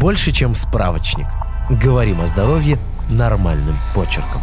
больше, чем справочник. Говорим о здоровье нормальным почерком.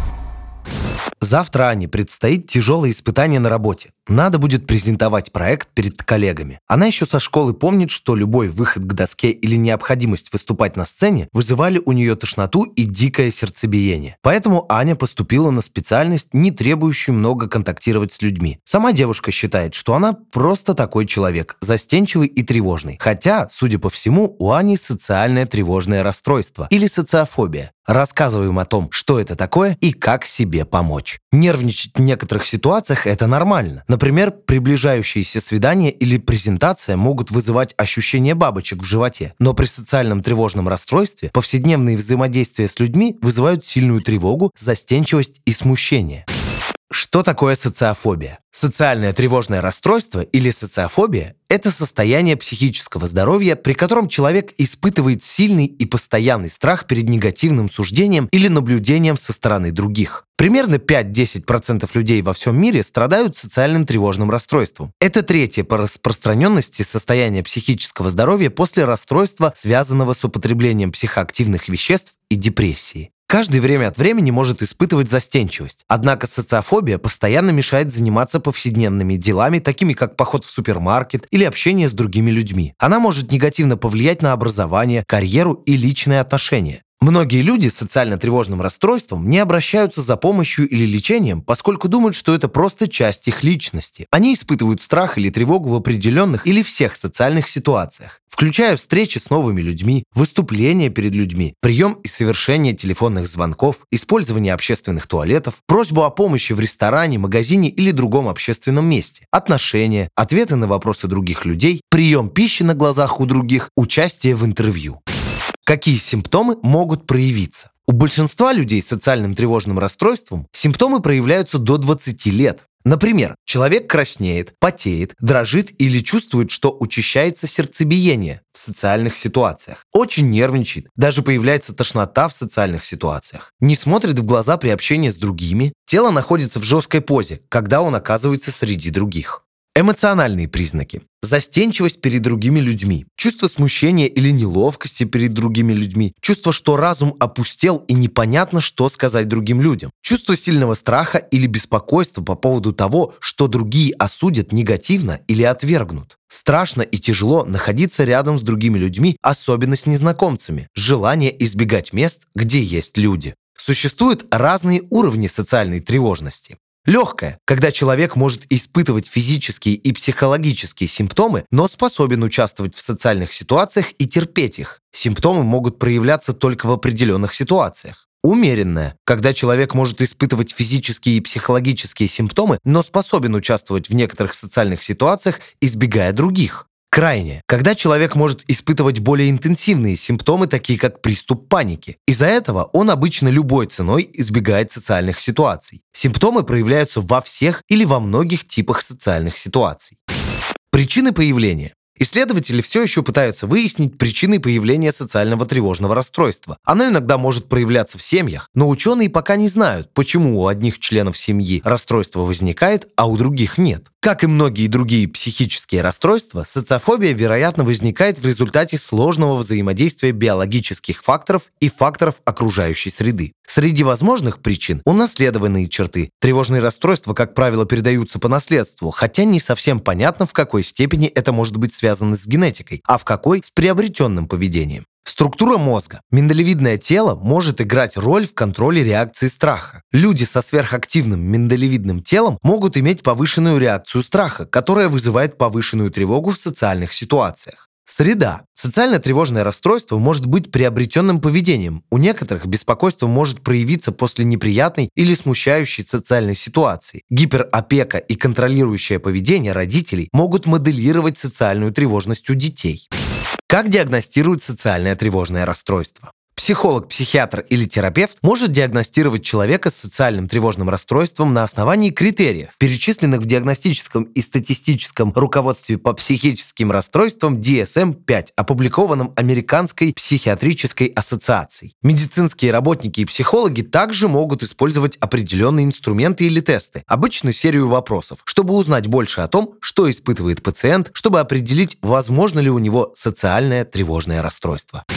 Завтра Ане предстоит тяжелое испытание на работе. Надо будет презентовать проект перед коллегами. Она еще со школы помнит, что любой выход к доске или необходимость выступать на сцене вызывали у нее тошноту и дикое сердцебиение. Поэтому Аня поступила на специальность, не требующую много контактировать с людьми. Сама девушка считает, что она просто такой человек, застенчивый и тревожный. Хотя, судя по всему, у Ани социальное тревожное расстройство или социофобия. Рассказываем о том, что это такое и как себе помочь. Нервничать в некоторых ситуациях – это нормально. Например, приближающиеся свидания или презентация могут вызывать ощущение бабочек в животе. Но при социальном тревожном расстройстве повседневные взаимодействия с людьми вызывают сильную тревогу, застенчивость и смущение. Что такое социофобия? Социальное тревожное расстройство или социофобия – это состояние психического здоровья, при котором человек испытывает сильный и постоянный страх перед негативным суждением или наблюдением со стороны других. Примерно 5-10% людей во всем мире страдают социальным тревожным расстройством. Это третье по распространенности состояние психического здоровья после расстройства, связанного с употреблением психоактивных веществ и депрессии. Каждый время от времени может испытывать застенчивость. Однако социофобия постоянно мешает заниматься повседневными делами, такими как поход в супермаркет или общение с другими людьми. Она может негативно повлиять на образование, карьеру и личные отношения. Многие люди с социально-тревожным расстройством не обращаются за помощью или лечением, поскольку думают, что это просто часть их личности. Они испытывают страх или тревогу в определенных или всех социальных ситуациях, включая встречи с новыми людьми, выступления перед людьми, прием и совершение телефонных звонков, использование общественных туалетов, просьбу о помощи в ресторане, магазине или другом общественном месте, отношения, ответы на вопросы других людей, прием пищи на глазах у других, участие в интервью. Какие симптомы могут проявиться? У большинства людей с социальным тревожным расстройством симптомы проявляются до 20 лет. Например, человек краснеет, потеет, дрожит или чувствует, что учащается сердцебиение в социальных ситуациях. Очень нервничает, даже появляется тошнота в социальных ситуациях. Не смотрит в глаза при общении с другими. Тело находится в жесткой позе, когда он оказывается среди других. Эмоциональные признаки. Застенчивость перед другими людьми, чувство смущения или неловкости перед другими людьми, чувство, что разум опустел и непонятно, что сказать другим людям, чувство сильного страха или беспокойства по поводу того, что другие осудят негативно или отвергнут. Страшно и тяжело находиться рядом с другими людьми, особенно с незнакомцами, желание избегать мест, где есть люди. Существуют разные уровни социальной тревожности. Легкое, когда человек может испытывать физические и психологические симптомы, но способен участвовать в социальных ситуациях и терпеть их. Симптомы могут проявляться только в определенных ситуациях. Умеренное, когда человек может испытывать физические и психологические симптомы, но способен участвовать в некоторых социальных ситуациях, избегая других. Крайнее, когда человек может испытывать более интенсивные симптомы, такие как приступ паники. Из-за этого он обычно любой ценой избегает социальных ситуаций. Симптомы проявляются во всех или во многих типах социальных ситуаций. Причины появления. Исследователи все еще пытаются выяснить причины появления социального тревожного расстройства. Оно иногда может проявляться в семьях, но ученые пока не знают, почему у одних членов семьи расстройство возникает, а у других нет. Как и многие другие психические расстройства, социофобия, вероятно, возникает в результате сложного взаимодействия биологических факторов и факторов окружающей среды. Среди возможных причин – унаследованные черты. Тревожные расстройства, как правило, передаются по наследству, хотя не совсем понятно, в какой степени это может быть связано с генетикой, а в какой – с приобретенным поведением. Структура мозга. Миндалевидное тело может играть роль в контроле реакции страха. Люди со сверхактивным миндалевидным телом могут иметь повышенную реакцию страха, которая вызывает повышенную тревогу в социальных ситуациях. Среда. Социально-тревожное расстройство может быть приобретенным поведением. У некоторых беспокойство может проявиться после неприятной или смущающей социальной ситуации. Гиперопека и контролирующее поведение родителей могут моделировать социальную тревожность у детей. Как диагностируют социальное тревожное расстройство? Психолог, психиатр или терапевт может диагностировать человека с социальным тревожным расстройством на основании критериев, перечисленных в диагностическом и статистическом руководстве по психическим расстройствам DSM-5, опубликованном Американской психиатрической ассоциацией. Медицинские работники и психологи также могут использовать определенные инструменты или тесты, обычную серию вопросов, чтобы узнать больше о том, что испытывает пациент, чтобы определить, возможно ли у него социальное тревожное расстройство.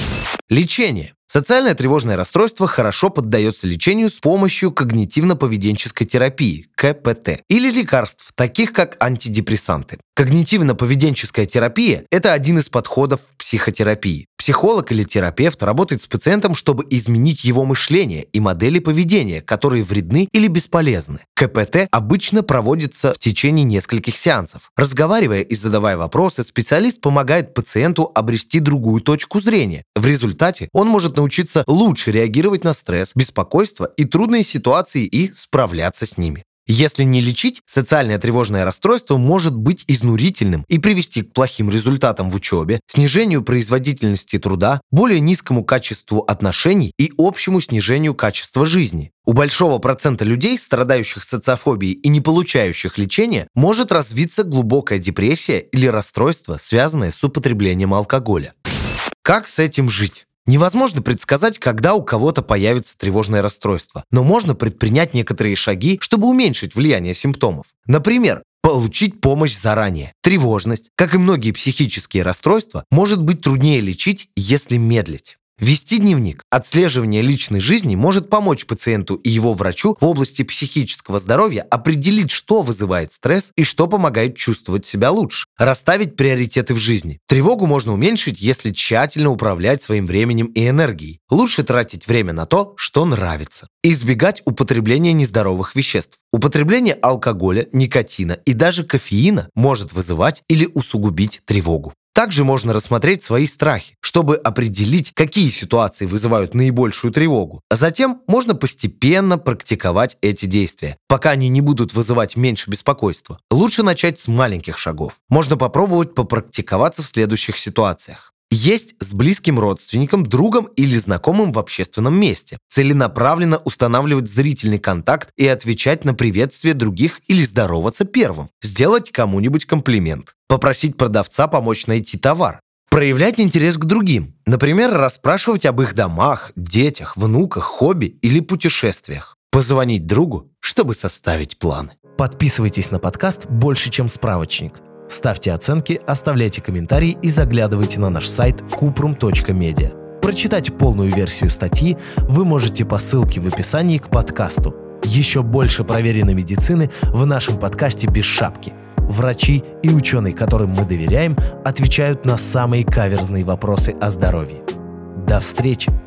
Лечение. Социальное тревожное расстройство хорошо поддается лечению с помощью когнитивно-поведенческой терапии, КПТ, или лекарств, таких как антидепрессанты. Когнитивно-поведенческая терапия – это один из подходов в психотерапии. Психолог или терапевт работает с пациентом, чтобы изменить его мышление и модели поведения, которые вредны или бесполезны. КПТ обычно проводится в течение нескольких сеансов. Разговаривая и задавая вопросы, специалист помогает пациенту обрести другую точку зрения. В результате он может научиться лучше реагировать на стресс, беспокойство и трудные ситуации и справляться с ними. Если не лечить, социальное тревожное расстройство может быть изнурительным и привести к плохим результатам в учебе, снижению производительности труда, более низкому качеству отношений и общему снижению качества жизни. У большого процента людей, страдающих социофобией и не получающих лечения, может развиться глубокая депрессия или расстройство, связанное с употреблением алкоголя. Как с этим жить? Невозможно предсказать, когда у кого-то появится тревожное расстройство, но можно предпринять некоторые шаги, чтобы уменьшить влияние симптомов. Например, получить помощь заранее. Тревожность, как и многие психические расстройства, может быть труднее лечить, если медлить. Вести дневник. Отслеживание личной жизни может помочь пациенту и его врачу в области психического здоровья определить, что вызывает стресс и что помогает чувствовать себя лучше. Расставить приоритеты в жизни. Тревогу можно уменьшить, если тщательно управлять своим временем и энергией. Лучше тратить время на то, что нравится. Избегать употребления нездоровых веществ. Употребление алкоголя, никотина и даже кофеина может вызывать или усугубить тревогу. Также можно рассмотреть свои страхи, чтобы определить, какие ситуации вызывают наибольшую тревогу. А затем можно постепенно практиковать эти действия, пока они не будут вызывать меньше беспокойства. Лучше начать с маленьких шагов. Можно попробовать попрактиковаться в следующих ситуациях. Есть с близким родственником, другом или знакомым в общественном месте. Целенаправленно устанавливать зрительный контакт и отвечать на приветствие других или здороваться первым. Сделать кому-нибудь комплимент. Попросить продавца помочь найти товар. Проявлять интерес к другим. Например, расспрашивать об их домах, детях, внуках, хобби или путешествиях. Позвонить другу, чтобы составить планы. Подписывайтесь на подкаст «Больше, чем справочник». Ставьте оценки, оставляйте комментарии и заглядывайте на наш сайт kuprum.media. Прочитать полную версию статьи вы можете по ссылке в описании к подкасту. Еще больше проверенной медицины в нашем подкасте «Без шапки». Врачи и ученые, которым мы доверяем, отвечают на самые каверзные вопросы о здоровье. До встречи!